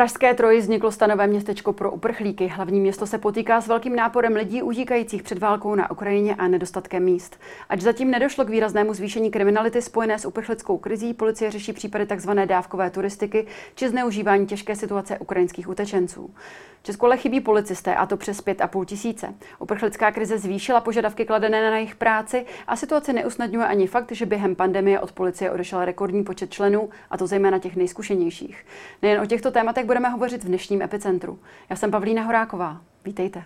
pražské Troji vzniklo stanové městečko pro uprchlíky. Hlavní město se potýká s velkým náporem lidí utíkajících před válkou na Ukrajině a nedostatkem míst. Ač zatím nedošlo k výraznému zvýšení kriminality spojené s uprchlickou krizí, policie řeší případy tzv. Dávkové turistiky či zneužívání těžké situace ukrajinských utečenců. V Česku ale chybí policisté, a to přes 5,5 tisíce. Uprchlická krize zvýšila požadavky kladené na jejich práci a situaci neusnadňuje ani fakt, že během pandemie od policie odešel rekordní počet členů, a to zejména těch nejzkušenějších. Nejen o těchto tématech budeme hovořit v dnešním Epicentru. Já jsem Pavlína Horáková. Vítejte.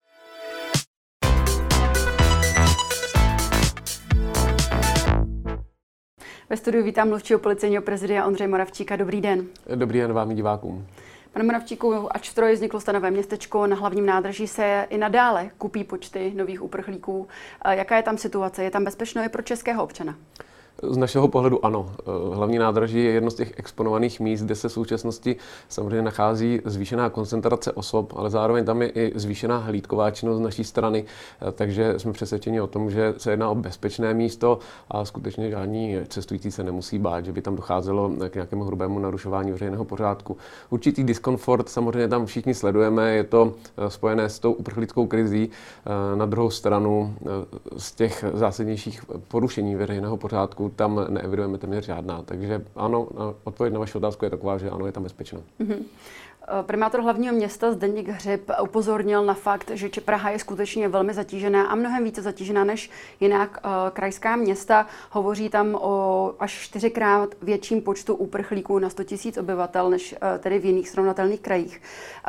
Ve studiu vítám mluvčího policejního prezidia Ondřeje Moravčíka. Dobrý den. Dobrý den vám i divákům. Pane Moravčíku, ač v Troji vzniklo stanové městečko, na hlavním nádraží se i nadále kupí počty nových uprchlíků. Jaká je tam situace? Je tam bezpečno i pro českého občana? Z našeho pohledu ano. Hlavní nádraží je jedno z těch exponovaných míst, kde se v současnosti samozřejmě nachází zvýšená koncentrace osob, ale zároveň tam je i zvýšená hlídková činnost z naší strany, takže jsme přesvědčeni o tom, že se jedná o bezpečné místo a skutečně žádní cestující se nemusí bát, že by tam docházelo k nějakému hrubému narušování veřejného pořádku. Určitý diskomfort samozřejmě tam všichni sledujeme, je to spojené s tou uprchlickou krizí. Na druhou stranu z těch zásadnějších porušení veřejného pořádku tam neevidujeme téměř žádná. Takže ano, odpověď na vaši otázku je taková, že ano, je tam bezpečno. Primátor hlavního města Zdeněk Hřib upozornil na fakt, že Praha je skutečně velmi zatížená a mnohem více zatížená než jinak krajská města. Hovoří tam o až 4krát větším počtu uprchlíků na 100 000 obyvatel, než tedy v jiných srovnatelných krajích.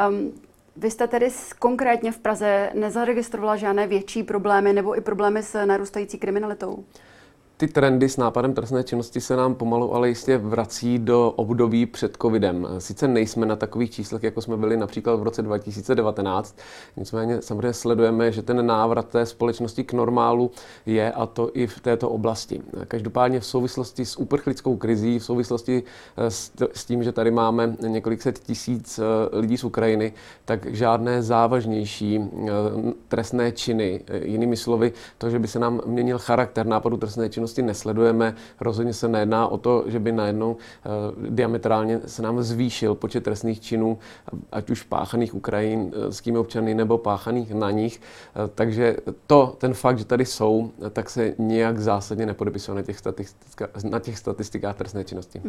Vy jste tedy konkrétně v Praze nezaregistrovala žádné větší problémy nebo i problémy s narůstající kriminalitou? Ty trendy s nápadem trestné činnosti se nám pomalu, ale jistě vrací do období před covidem. Sice nejsme na takových číslech, jako jsme byli například v roce 2019, nicméně samozřejmě sledujeme, že ten návrat té společnosti k normálu je, a to i v této oblasti. Každopádně v souvislosti s uprchlickou krizí, v souvislosti s tím, že tady máme několik set tisíc lidí z Ukrajiny, tak žádné závažnější trestné činy, jinými slovy, to, že by se nám měnil charakter nápadu trestné činnosti, nesledujeme. Rozhodně se nejedná o to, že by najednou diametrálně se nám zvýšil počet trestných činů, ať už páchaných ukrajinskými občany nebo páchaných na nich. Takže ten fakt, že tady jsou, tak se nijak zásadně nepodepisuje na těch statistikách trestné činnosti.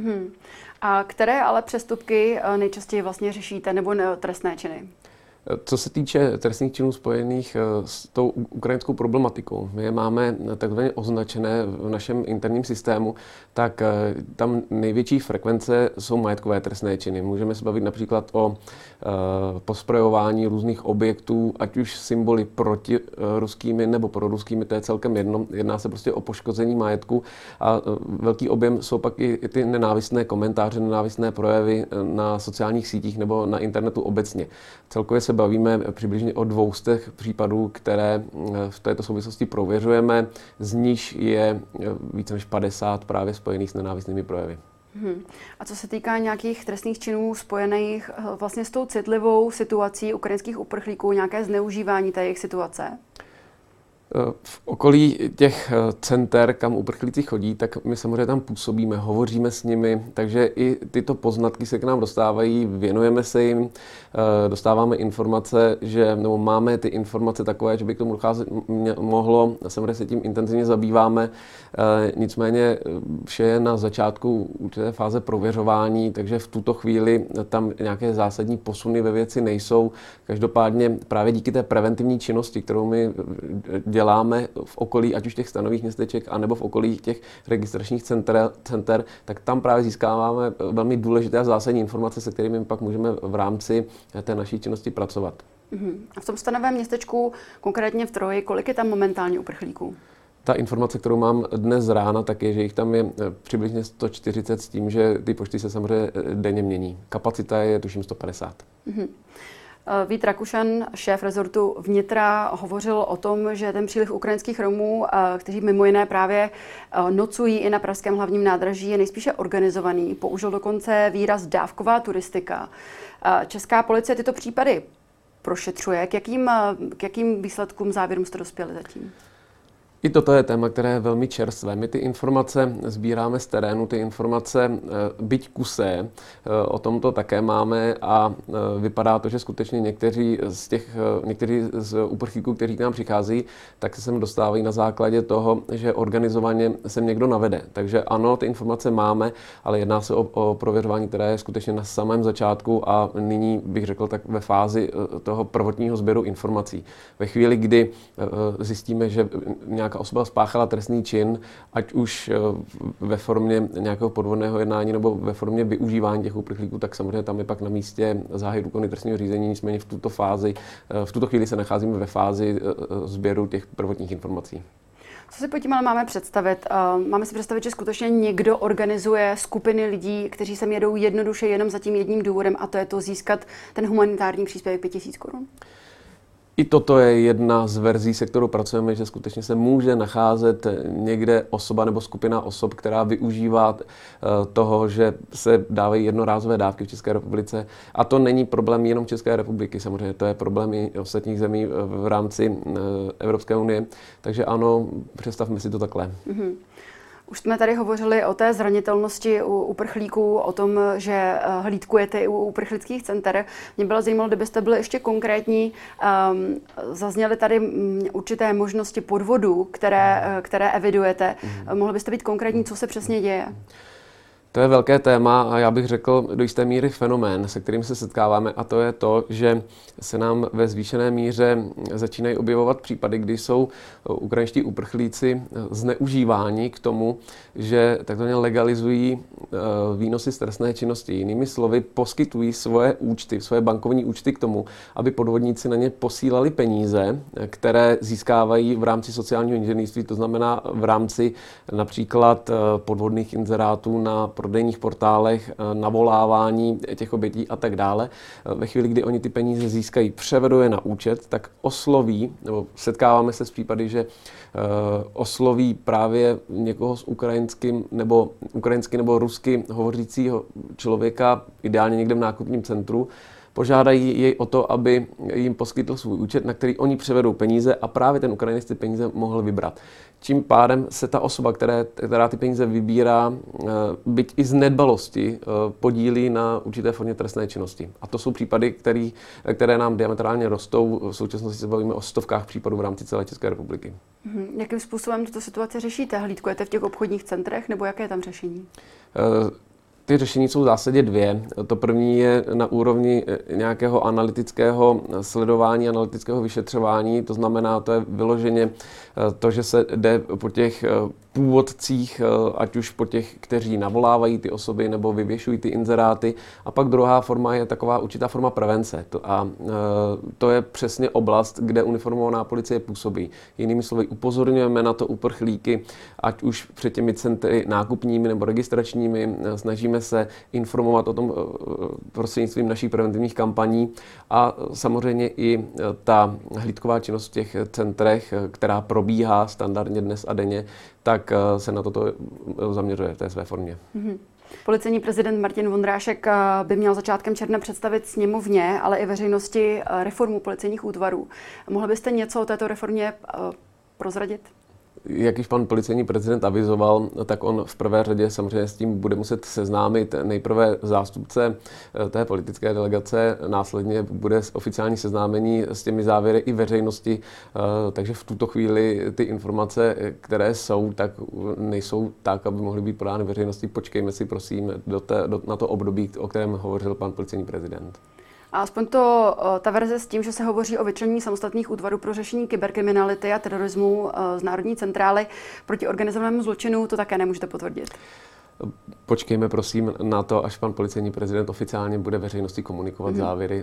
A které ale přestupky nejčastěji vlastně řešíte, nebo trestné činy? Co se týče trestných činů spojených s tou ukrajinskou problematikou, my je máme takzvaně označené v našem interním systému, tak tam největší frekvence jsou majetkové trestné činy. Můžeme se bavit například o posprejování různých objektů, ať už symboly proti ruskými nebo proruskými, to je celkem jedno. Jedná se prostě o poškození majetku a velký objem jsou pak i ty nenávistné komentáře, nenávistné projevy na sociálních sítích nebo na internetu obecně. Celkově se bavíme přibližně o 200 případů, které v této souvislosti prověřujeme, z nich je více než 50 právě spojených s nenávistnými projevy. A co se týká nějakých trestných činů spojených vlastně s tou citlivou situací ukrajinských uprchlíků, nějaké zneužívání té jejich situace? V okolí těch center, kam uprchlíci chodí, tak my samozřejmě tam působíme, hovoříme s nimi, takže i tyto poznatky se k nám dostávají, věnujeme se jim, dostáváme informace, nebo máme ty informace takové, že by k tomu docházet mohlo, samozřejmě se tím intenzivně zabýváme, nicméně vše je na začátku určité fáze prověřování, takže v tuto chvíli tam nějaké zásadní posuny ve věci nejsou. Každopádně právě díky té preventivní činnosti, kterou my děláme v okolí ať už těch stanových městeček, anebo v okolí těch registračních center, tak tam právě získáváme velmi důležité a zásadní informace, se kterými pak můžeme v rámci té naší činnosti pracovat. A v tom stanovém městečku, konkrétně v Troji, kolik je tam momentálně uprchlíků? Ta informace, kterou mám dnes z rána, tak je, že jich tam je přibližně 140 s tím, že ty počty se samozřejmě denně mění. Kapacita je tuším 150. Vít Rakušan, šéf rezortu vnitra, hovořil o tom, že ten příliv ukrajinských Romů, kteří mimo jiné právě nocují i na pražském hlavním nádraží, je nejspíše organizovaný. Použil dokonce výraz dávková turistika. Česká policie tyto případy prošetřuje. K jakým výsledkům, závěrům jste dospěli zatím? I toto je téma, které je velmi čerstvé. My ty informace sbíráme z terénu, ty informace, byť kusé, o tom to také máme a vypadá to, že skutečně někteří z uprchlíků, kteří k nám přicházejí, tak se sem dostávají na základě toho, že organizovaně sem někdo navede. Takže ano, ty informace máme, ale jedná se o prověřování, které je skutečně na samém začátku a nyní bych řekl tak ve fázi toho prvotního sběru informací. Ve chvíli, kdy zjistíme, že nějaká osoba spáchala trestný čin, ať už ve formě nějakého podvodného jednání nebo ve formě využívání těch uprchlíků, tak samozřejmě tam je pak na místě zahájit úkony trestního řízení. Nicméně v tuto chvíli se nacházíme ve fázi sběru těch prvotních informací. Co si pod tím ale máme představit? Máme si představit, že skutečně někdo organizuje skupiny lidí, kteří sem jedou jednoduše jenom za tím jedním důvodem, a to je to získat ten humanitární příspěvek 5 000 korun? I toto je jedna z verzí, se kterou pracujeme, že skutečně se může nacházet někde osoba nebo skupina osob, která využívá toho, že se dávají jednorázové dávky v České republice. A to není problém jenom České republiky, samozřejmě to je problém i ostatních zemí v rámci Evropské unie. Takže ano, představme si to takhle. Mm-hmm. Už jsme tady hovořili o té zranitelnosti u uprchlíků, o tom, že hlídkujete i u uprchlických center. Mě bylo zajímalo, kdybyste byli ještě konkrétní. Zazněly tady určité možnosti podvodů, které evidujete. Mohli byste být konkrétní, co se přesně děje? To je velké téma a já bych řekl do jisté míry fenomén, se kterým se setkáváme, a to je to, že se nám ve zvýšené míře začínají objevovat případy, kdy jsou ukrajinští uprchlíci zneužíváni k tomu, že takzvaně legalizují výnosy z trestné činnosti. Jinými slovy, poskytují svoje účty, svoje bankovní účty k tomu, aby podvodníci na ně posílali peníze, které získávají v rámci sociálního inženýrství, to znamená v rámci například podvodných inzerátů na prodejních portálech, navolávání těch obětí a tak dále. Ve chvíli, kdy oni ty peníze získají, převedou je na účet, tak osloví, nebo setkáváme se s případy, že osloví právě někoho s ukrajinsky nebo rusky hovořícího člověka, ideálně někde v nákupním centru, požádají jej o to, aby jim poskytl svůj účet, na který oni převedou peníze a právě ten Ukrajinec ty peníze mohl vybrat. Tím pádem se ta osoba, která ty peníze vybírá, byť i z nedbalosti, podílí na určité formě trestné činnosti. A to jsou případy, které nám diametrálně rostou. V současnosti se bavíme o stovkách případů v rámci celé České republiky. Jakým způsobem tuto situaci řešíte? Hlídkujete v těch obchodních centrech nebo jaké je tam řešení? Ty řešení jsou v zásadě dvě. To první je na úrovni nějakého analytického sledování, analytického vyšetřování. To znamená, to je vyloženě to, že se jde po těch původcích, ať už po těch, kteří navolávají ty osoby nebo vyvěšují ty inzeráty. A pak druhá forma je taková určitá forma prevence. To je přesně oblast, kde uniformovaná policie působí. Jinými slovy, upozorňujeme na to uprchlíky, ať už před těmi centry nákupními nebo registračními. Snažíme se informovat o tom prostřednictvím našich preventivních kampaní a samozřejmě i ta hlídková činnost v těch centrech, která probíhá standardně dnes a denně, tak se na toto zaměřuje v té své formě. Mm-hmm. Policejní prezident Martin Vondrášek by měl začátkem června představit sněmovně, ale i veřejnosti reformu policejních útvarů. Mohli byste něco o této reformě prozradit? Jak již pan policejní prezident avizoval, tak on v prvé řadě samozřejmě s tím bude muset seznámit nejprve zástupce té politické delegace, následně bude oficiální seznámení s těmi závěry i veřejnosti, takže v tuto chvíli ty informace, které jsou, tak nejsou tak, aby mohly být podány veřejnosti. Počkejme si prosím na to období, o kterém hovořil pan policejní prezident. A aspoň ta verze s tím, že se hovoří o vyčlenění samostatných útvarů pro řešení kyberkriminality a terorismu z Národní centrály proti organizovanému zločinu, to také nemůžete potvrdit. Počkejme prosím na to, až pan policejní prezident oficiálně bude veřejnosti komunikovat závěry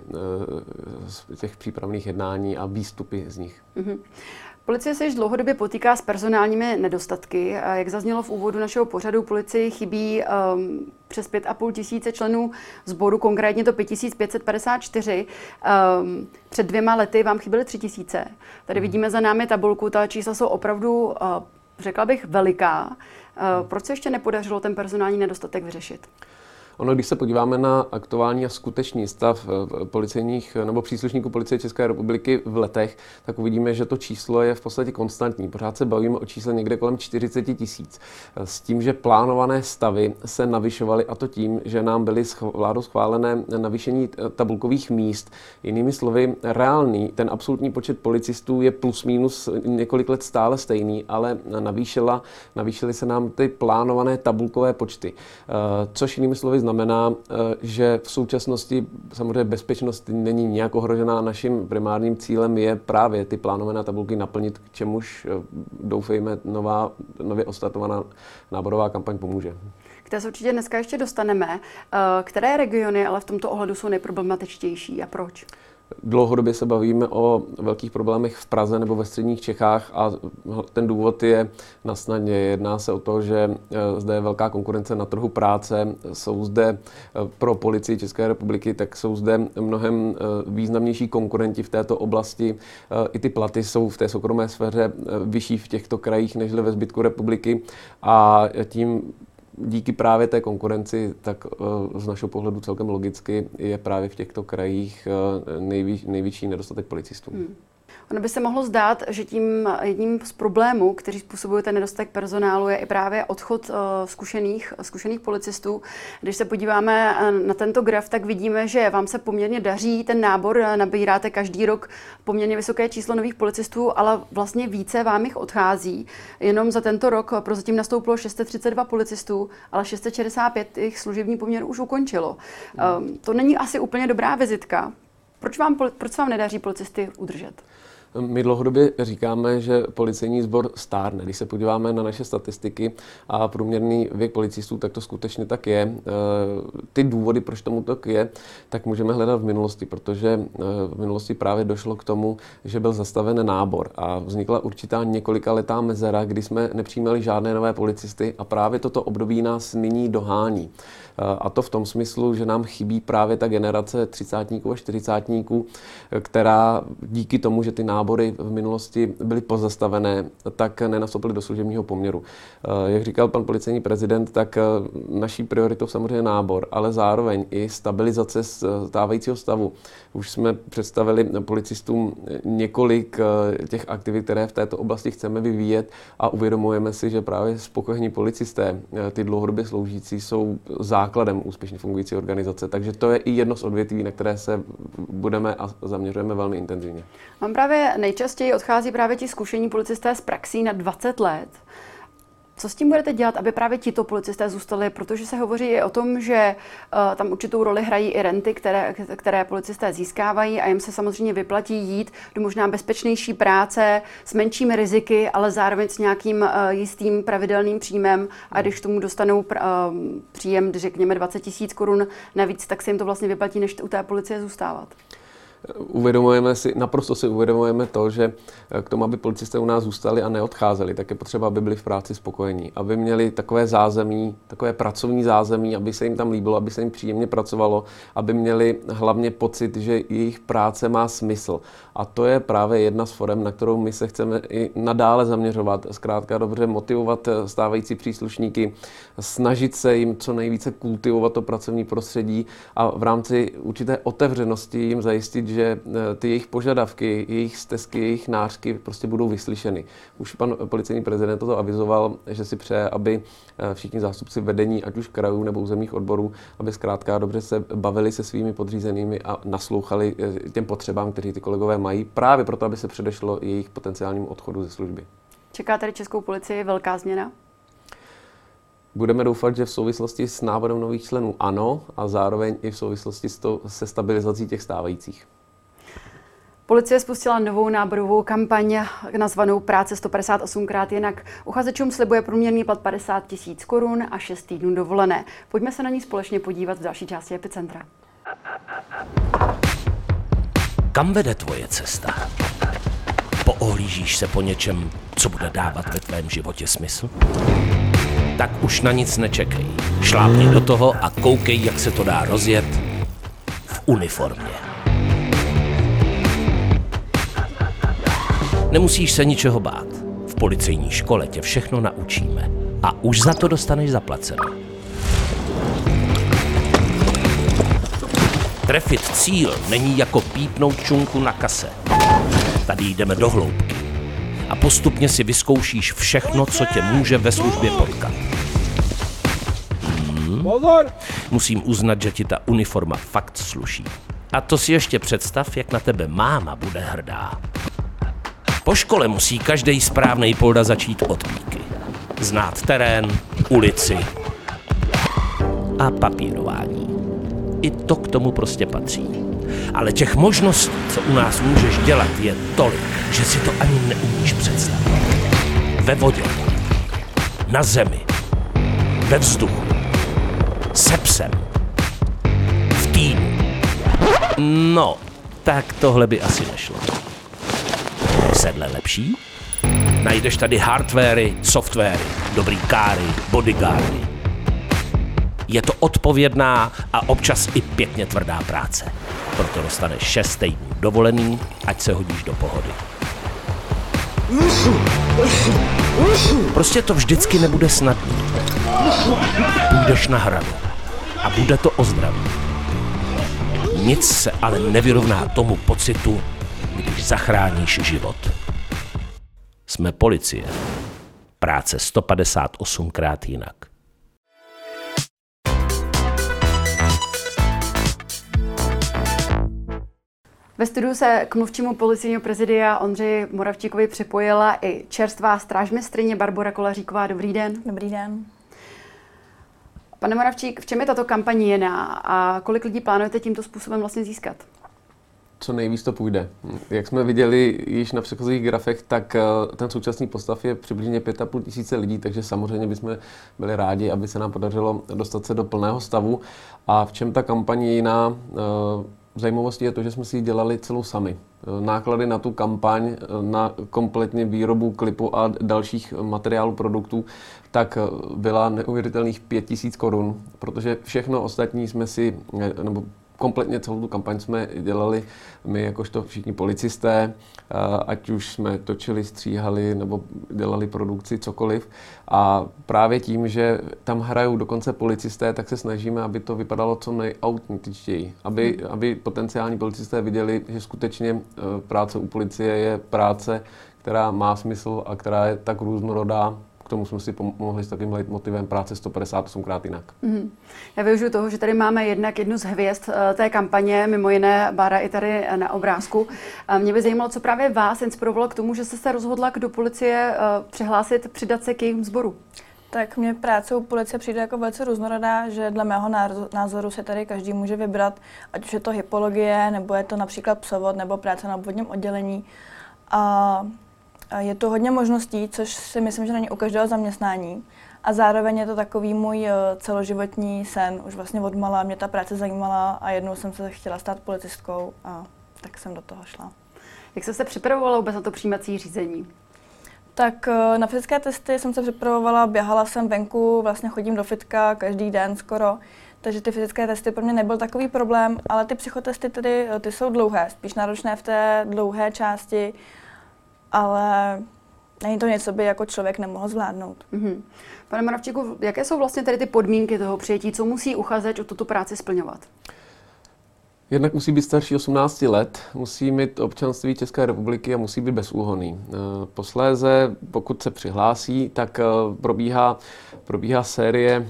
z těch přípravných jednání a výstupy z nich. Policie se již dlouhodobě potýká s personálními nedostatky. Jak zaznělo v úvodu našeho pořadu, policii chybí přes 5 500 členů sboru, konkrétně to 5554. Před 2 lety vám chyběly 3 000. Tady vidíme za námi tabulku, ta čísla jsou opravdu, řekla bych, veliká. Proč se ještě nepodařilo ten personální nedostatek vyřešit? Ono, když se podíváme na aktuální a skutečný stav policejních nebo příslušníků Policie České republiky v letech, tak uvidíme, že to číslo je v podstatě konstantní. Pořád se bavíme o čísle někde kolem 40 000. S tím, že plánované stavy se navyšovaly, a to tím, že nám byly vládou schválené navýšení tabulkových míst. Jinými slovy, reálný, ten absolutní počet policistů je plus minus několik let stále stejný, ale navýšily se nám ty plánované tabulkové počty. Což jinými slovy znamená, že v současnosti samozřejmě bezpečnost není nějak ohrožená. Naším primárním cílem je právě ty plánované tabulky naplnit, k čemuž doufejme nově ostartovaná náborová kampaň pomůže. K té se určitě dneska ještě dostaneme. Které regiony ale v tomto ohledu jsou nejproblematičtější a proč? Dlouhodobě se bavíme o velkých problémech v Praze nebo ve středních Čechách a ten důvod je nasnadě. Jedná se o to, že zde je velká konkurence na trhu práce, jsou zde pro Policii České republiky, tak jsou zde mnohem významnější konkurenti v této oblasti. I ty platy jsou v té soukromé sféře vyšší v těchto krajích než ve zbytku republiky a tím díky právě té konkurenci, tak z našeho pohledu celkem logicky je právě v těchto krajích největší nedostatek policistů. Ono by se mohlo zdát, že tím jedním z problémů, který způsobuje ten nedostatek personálu, je i právě odchod zkušených policistů. Když se podíváme na tento graf, tak vidíme, že vám se poměrně daří ten nábor, nabíráte každý rok poměrně vysoké číslo nových policistů, ale vlastně více vám jich odchází. Jenom za tento rok prozatím nastoupilo 632 policistů, ale 665 jejich služební poměr už ukončilo. To není asi úplně dobrá vizitka. Proč se vám nedaří policisty udržet? My dlouhodobě říkáme, že policejní sbor stárne. Když se podíváme na naše statistiky a průměrný věk policistů, tak to skutečně tak je. Ty důvody, proč tomu tak je, tak můžeme hledat v minulosti, protože v minulosti právě došlo k tomu, že byl zastaven nábor a vznikla určitá několikaletá mezera, kdy jsme nepřijímali žádné nové policisty a právě toto období nás nyní dohání. A to v tom smyslu, že nám chybí právě ta generace 30 a 40, která díky tomu, že ty nábory v minulosti byly pozastavené, tak nenastoupily do služebního poměru. Jak říkal pan policejní prezident, tak naší prioritou samozřejmě nábor, ale zároveň i stabilizace stávajícího stavu. Už jsme představili policistům několik těch aktivit, které v této oblasti chceme vyvíjet a uvědomujeme si, že právě spokojení policisté, ty dlouhodobě sloužící, jsou základem úspěšně fungující organizace. Takže to je i jedno z odvětví, na které se budeme a zaměřujeme velmi intenzivně. Mám právě nejčastěji odchází právě ti zkušení policisté z praxí na 20 let. Co s tím budete dělat, aby právě tito policisté zůstali? Protože se hovoří i o tom, že tam určitou roli hrají i renty, které policisté získávají a jim se samozřejmě vyplatí jít do možná bezpečnější práce s menšími riziky, ale zároveň s nějakým jistým pravidelným příjmem. A když k tomu dostanou příjem, řekněme 20 000 korun navíc, tak se jim to vlastně vyplatí, než u té policie zůstávat. Naprosto si uvědomujeme to, že k tomu, aby policisté u nás zůstali a neodcházeli, tak je potřeba, aby byli v práci spokojení, aby měli takové zázemí, takové pracovní zázemí, aby se jim tam líbilo, aby se jim příjemně pracovalo, aby měli hlavně pocit, že jejich práce má smysl. A to je právě jedna z forem, na kterou my se chceme i nadále zaměřovat. Zkrátka dobře motivovat stávající příslušníky, snažit se jim co nejvíce kultivovat to pracovní prostředí a v rámci určité otevřenosti jim zajistit, že ty jejich požadavky, jejich stesky, jejich nářky prostě budou vyslyšeny. Už pan policejní prezident toto avizoval, že si přeje, aby všichni zástupci vedení, ať už krajů nebo územních odborů, aby zkrátka dobře se bavili se svými podřízenými a naslouchali těm potřebám, kteří ty kolegové mají, právě proto, aby se předešlo jejich potenciálnímu odchodu ze služby. Čeká tady českou policii velká změna? Budeme doufat, že v souvislosti s náborem nových členů ano, a zároveň i v souvislosti se stabilizací těch stávajících. Policie spustila novou náborovou kampaň nazvanou Práce 158krát jinak. Uchazečům slibuje průměrný plat 50 000 korun a 6 týdnů dovolené. Pojďme se na ní společně podívat v další části Epicentra. Kam vede tvoje cesta? Poohlížíš se po něčem, co bude dávat ve tvém životě smysl? Tak už na nic nečekej. Šlápni do toho a koukej, jak se to dá rozjet v uniformě. Nemusíš se ničeho bát. V policejní škole tě všechno naučíme. A už za to dostaneš zaplaceno. Trefit cíl není jako pípnout čunku na kase. Tady jdeme do hloubky a postupně si vyzkoušíš všechno, co tě může ve službě potkat. Musím uznat, že ti ta uniforma fakt sluší. A to si ještě představ, jak na tebe máma bude hrdá. Po škole musí každý správnej polda začít od píky. Znát terén, ulici a papírování. I to k tomu prostě patří. Ale těch možností, co u nás můžeš dělat, je tolik, že si to ani neumíš představit. Ve vodě, na zemi, ve vzduchu, se psem, v týmu. No, tak tohle by asi nešlo. Sedle lepší? Najdeš tady hardwary, softwary, dobrý káry, bodyguardy. Je to odpovědná a občas i pěkně tvrdá práce. Proto dostaneš 6 týdnů dovolený, ať se hodíš do pohody. Prostě to vždycky nebude snadné. Půjdeš na hranu a bude to o zdraví. Nic se ale nevyrovná tomu pocitu, když zachráníš život. Jsme policie. Práce 158krát jinak. Ve studiu se k mluvčímu policejního prezidia Ondřeji Moravčíkovi připojila i čerstvá strážmistryně Barbora Kolaříková. Dobrý den. Dobrý den. Pane Moravčík, v čem je tato kampaň jiná a kolik lidí plánujete tímto způsobem vlastně získat? Co nejvíc to půjde. Jak jsme viděli již na předchozích grafech, tak ten současný postav je přibližně 5,5 tisíce lidí, takže samozřejmě bychom byli rádi, aby se nám podařilo dostat se do plného stavu. A v čem ta kampaň je jiná? Zajímavostí je to, že jsme si ji dělali celou sami. Náklady na tu kampaň, na kompletně výrobu klipu a dalších materiálů, produktů, tak byla neuvěřitelných 5 000 korun, protože všechno ostatní jsme si, nebo kompletně celou tu kampaň jsme dělali my jakožto všichni policisté, ať už jsme točili, stříhali nebo dělali produkci, cokoliv. A právě tím, že tam hrajou dokonce policisté, tak se snažíme, aby to vypadalo co nejautentičtěji. Aby potenciální policisté viděli, že skutečně práce u policie je práce, která má smysl a která je tak různorodá. K tomu jsme si pomohli s takovým leitmotivem práce 158krát jinak. Já využiju toho, že tady máme jednu z hvězd té kampaně, mimo jiné Bára i tady na obrázku. Mě by zajímalo, co právě vás inspirovalo k tomu, že jste se rozhodla do policie přihlásit, přidat se k jejich sboru. Tak mě práce u policie přijde jako velice různorodá, že dle mého názoru se tady každý může vybrat, ať už je to hypologie, nebo je to například psovod, nebo práce na obvodním oddělení. A je to hodně možností, což si myslím, že není u každého zaměstnání. A zároveň je to takový můj celoživotní sen. Už vlastně odmala mě ta práce zajímala a jednou jsem se chtěla stát policistkou a tak jsem do toho šla. Jak jste se připravovala vůbec na to přijímací řízení? Tak na fyzické testy jsem se připravovala, běhala jsem venku, vlastně chodím do fitka každý den skoro. Takže ty fyzické testy pro mě nebyl takový problém, ale ty psychotesty tedy, ty jsou dlouhé, spíš náročné v té dlouhé části. Ale není to něco, by jako člověk nemohl zvládnout. Pane Moravčíku, jaké jsou vlastně tady ty podmínky toho přijetí? Co musí uchazeč o tuto práci splňovat? Jednak musí být starší 18 let, musí mít občanství České republiky a musí být bezúhonný. Posléze, pokud se přihlásí, tak probíhá série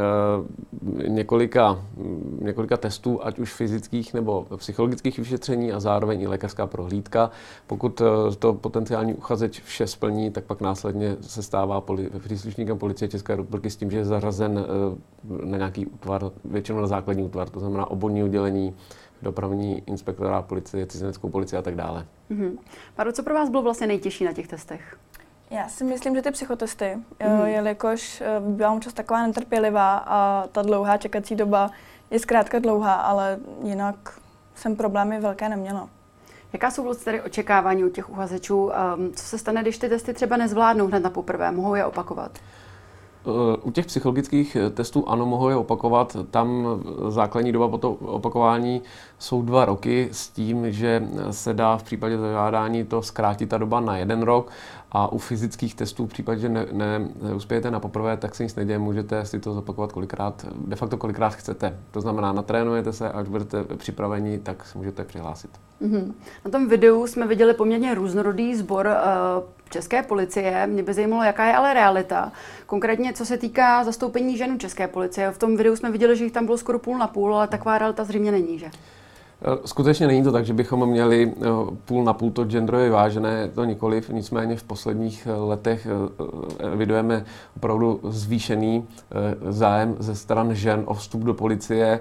několika testů, ať už fyzických nebo psychologických vyšetření a zároveň i lékařská prohlídka. Pokud to potenciální uchazeč vše splní, tak pak následně se stává příslušníkem Policie České republiky s tím, že je zařazen na nějaký útvar, většinou na základní útvar, to znamená obvodní oddělení, dopravní inspektorát policie, cizineckou policii a tak dále. Páro, co pro vás bylo vlastně nejtěžší na těch testech? Já si myslím, že ty psychotesty, jelikož byla čas taková netrpělivá a ta dlouhá čekací doba je zkrátka dlouhá, ale jinak jsem problémy velké neměla. Jaká jsou vlastně tady očekávání u těch uchazečů? Co se stane, když ty testy třeba nezvládnou hned na poprvé? Mohou je opakovat? U těch psychologických testů ano, mohu je opakovat. Tam základní doba po to opakování jsou 2 roky s tím, že se dá v případě zažádání to zkrátit ta doba na 1 rok a u fyzických testů v případě, že neuspějete na poprvé, tak se nic neděje, můžete si to zopakovat kolikrát chcete. To znamená, natrénujete se, až budete připraveni, tak se můžete přihlásit. Na tom videu jsme viděli poměrně různorodý sbor české policie. Mě by zajímalo, jaká je ale realita. Konkrétně, co se týká zastoupení žen české policie. V tom videu jsme viděli, že jich tam bylo skoro půl na půl, ale taková realita zřejmě není, že? Skutečně není to tak, že bychom měli půl na půl to genderově vážené, to nikoliv, nicméně v posledních letech evidujeme opravdu zvýšený zájem ze stran žen o vstup do policie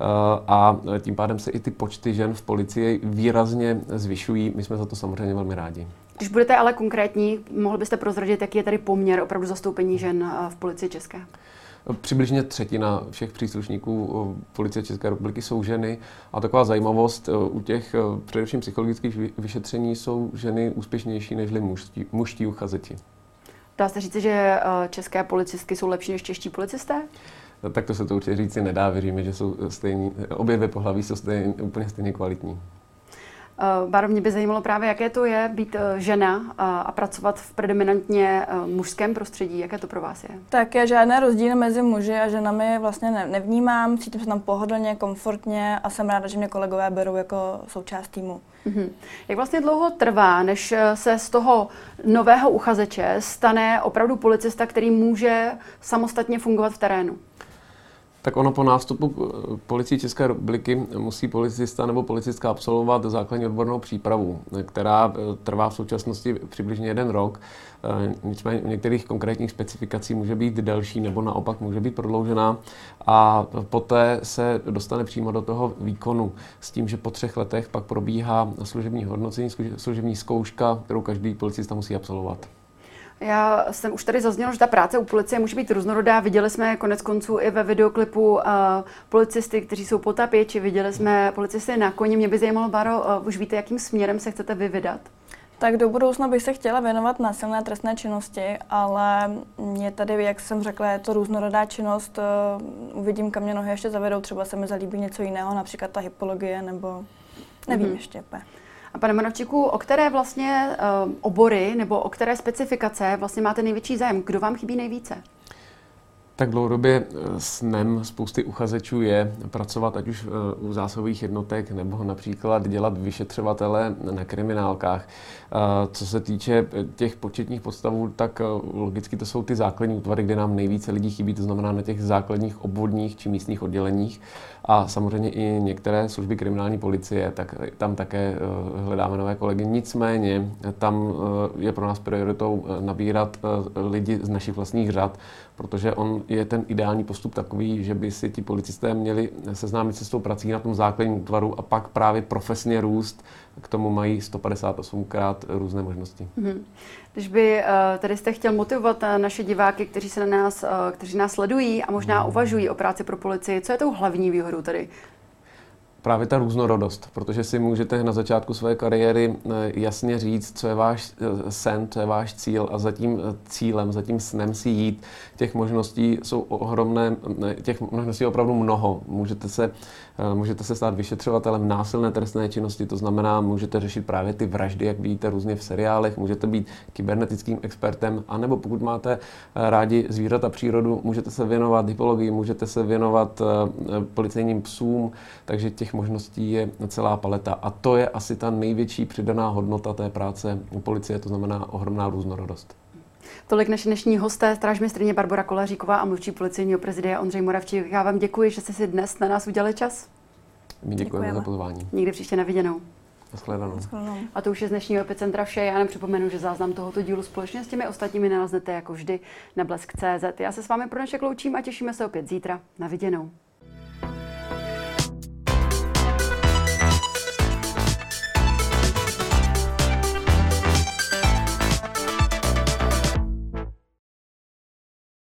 a tím pádem se i ty počty žen v policii výrazně zvyšují. My jsme za to samozřejmě velmi rádi. Když budete ale konkrétní, mohl byste prozradit, jaký je tady poměr opravdu zastoupení žen v policii české? Přibližně 1/3 všech příslušníků Policie České republiky jsou ženy a taková zajímavost, u těch především psychologických vyšetření jsou ženy úspěšnější než mužští uchazeči. Dá se říct, že české policistky jsou lepší než čeští policisté? Tak to se to určitě říci nedá, věříme, že jsou stejní, obě 2 pohlaví jsou úplně stejně kvalitní. Báro, mě by zajímalo právě, jaké to je být žena a pracovat v predominantně mužském prostředí. Jaké to pro vás je? Tak já žádné rozdíly mezi muži a ženami vlastně nevnímám. Cítím se tam pohodlně, komfortně a jsem ráda, že mě kolegové berou jako součást týmu. Jak vlastně dlouho trvá, než se z toho nového uchazeče stane opravdu policista, který může samostatně fungovat v terénu? Tak ono po nástupu Policie České republiky musí policista nebo policistka absolvovat základní odbornou přípravu, která trvá v současnosti přibližně 1 rok. Nicméně u některých konkrétních specifikací může být delší nebo naopak může být prodloužená a poté se dostane přímo do toho výkonu s tím, že po 3 letech pak probíhá služební hodnocení, služební zkouška, kterou každý policista musí absolvovat. Já jsem už tady zaznělo, že ta práce u policie může být různorodá. Viděli jsme konec konců i ve videoklipu policisty, kteří jsou potapěči, viděli jsme policisty na koni. Mě by zajímalo, Báro, už víte, jakým směrem se chcete vy vydat? Tak do budoucna bych se chtěla věnovat násilné trestné činnosti, ale mě tady, jak jsem řekla, je to různorodá činnost. Uvidím, kam mě nohy ještě zavedou, třeba se mi zalíbí něco jiného, například ta hypologie, nebo nevím ještě úplně. A pane Moravčíku, o které vlastně obory nebo o které specifikace vlastně máte největší zájem? Kdo vám chybí nejvíce? Tak dlouhodobě snem spousty uchazečů je pracovat ať už u zásahových jednotek nebo například dělat vyšetřovatele na kriminálkách. Co se týče těch početních podstavů, tak logicky to jsou ty základní útvary, kde nám nejvíce lidí chybí, to znamená na těch základních obvodních či místních odděleních. A samozřejmě i některé služby kriminální policie, tak tam také hledáme nové kolegy. Nicméně tam je pro nás prioritou nabírat lidi z našich vlastních řad, protože on je ten ideální postup takový, že by si ti policisté měli seznámit se s tou prací na tom základním útvaru a pak právě profesně růst. K tomu mají 158krát různé možnosti. Když by tady jste chtěl motivovat naše diváky, kteří nás sledují a možná uvažují o práci pro policii, co je tou hlavní výhodou tady? Právě ta různorodost, protože si můžete na začátku své kariéry jasně říct, co je váš sen, co je váš cíl a za tím cílem, za tím snem si jít. Těch možností jsou ohromné, těch možností je opravdu mnoho. Můžete se stát vyšetřovatelem násilné trestné činnosti, to znamená, můžete řešit právě ty vraždy, jak vidíte různě v seriálech, můžete být kybernetickým expertem, anebo pokud máte rádi zvířata, přírodu, můžete se věnovat hypologii, můžete se věnovat policejním psům, takže těch možností je celá paleta. A to je asi ta největší přidaná hodnota té práce u policie, to znamená ohromná různorodost. Tolik naši dnešní hosté, strážmistryně Barbora Kolaříková a mluvčí policejního prezidia Ondřej Moravčík. Já vám děkuji, že jste si dnes na nás udělali čas. My děkujeme za pozvání. Nikdy příště, na viděnou. Nashledanou. A to už je z dnešního Epicentra vše. Já nepřipomenu, že záznam tohoto dílu společně s těmi ostatními naleznete jako vždy na blesk.cz. Já se s vámi pro dnešek loučím a těšíme se opět zítra. Na viděnou.